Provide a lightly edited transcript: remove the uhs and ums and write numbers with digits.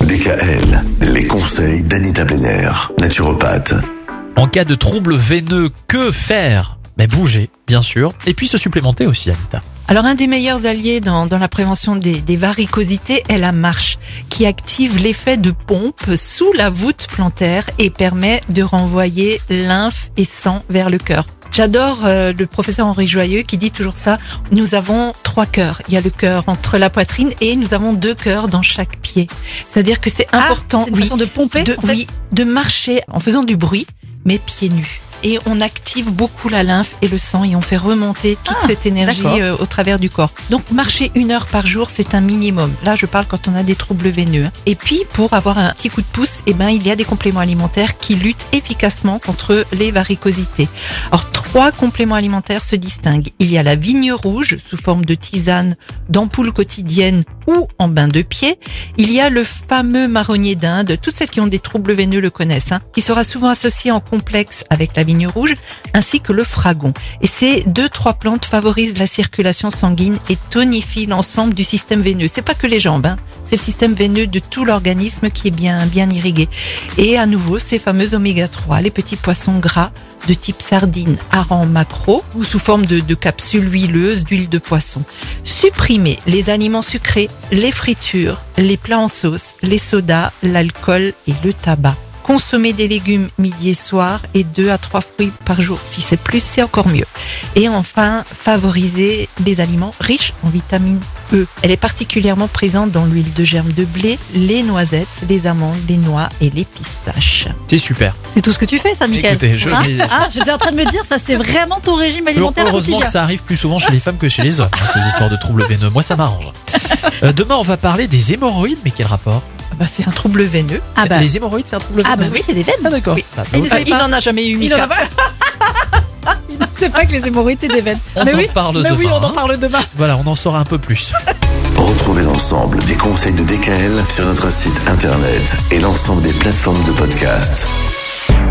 DKL, les conseils d'Anita Benner, naturopathe. En cas de troubles veineux, que faire ? Bouger, bien sûr, et puis se supplémenter aussi, Anita. Alors un des meilleurs alliés dans la prévention des varicosités est la marche, qui active l'effet de pompe sous la voûte plantaire et permet de renvoyer lymphe et sang vers le cœur. J'adore le professeur Henri Joyeux qui dit toujours ça, nous avons 3 cœurs. Il y a le cœur entre la poitrine et nous avons 2 cœurs dans chaque pied. C'est-à-dire que c'est important c'est une façon de pomper de marcher en faisant du bruit, mais pieds nus. Et on active beaucoup la lymphe et le sang et on fait remonter toute cette énergie au travers du corps. Donc marcher 1 heure par jour, c'est un minimum. Là, je parle quand on a des troubles veineux. Et puis, pour avoir un petit coup de pouce, il y a des compléments alimentaires qui luttent efficacement contre les varicosités. Alors, 3 compléments alimentaires se distinguent. Il y a la vigne rouge sous forme de tisane, d'ampoule quotidienne ou en bain de pied. Il y a le fameux marronnier d'Inde. Toutes celles qui ont des troubles veineux le connaissent, qui sera souvent associé en complexe avec la vigne rouge, ainsi que le fragon. Et ces 2-3 plantes favorisent la circulation sanguine et tonifient l'ensemble du système veineux. C'est pas que les jambes, c'est le système veineux de tout l'organisme qui est bien irrigué. Et à nouveau, ces fameux oméga 3, les petits poissons gras de type sardine, hareng, maquereau, ou sous forme de capsules huileuses d'huile de poisson. Supprimer les aliments sucrés, les fritures, les plats en sauce, les sodas, l'alcool et le tabac. Consommer des légumes midi et soir et 2 à 3 fruits par jour. Si c'est plus, c'est encore mieux. Et enfin, favoriser les aliments riches en vitamine E. Elle est particulièrement présente dans l'huile de germe de blé, les noisettes, les amandes, les noix et les pistaches. C'est super. C'est tout ce que tu fais, ça, Mickaël. Écoutez, j'étais en train de me dire, ça c'est vraiment ton régime alimentaire heureusement quotidien. que ça arrive plus souvent chez les femmes que chez les hommes, ces histoires de troubles veineux. Moi, ça m'arrange. Demain, on va parler des hémorroïdes, mais quel rapport ? C'est un trouble veineux. Les hémorroïdes, c'est un trouble veineux. Oui, c'est des veines. Ah d'accord. Oui. Il n'en a jamais eu, Il en Mika. a pas. Il ne sait pas que les hémorroïdes, c'est des veines. On en parle demain. Oui, on en parle demain. Voilà, on en saura un peu plus. Retrouvez l'ensemble des conseils de DKL sur notre site internet et l'ensemble des plateformes de podcast.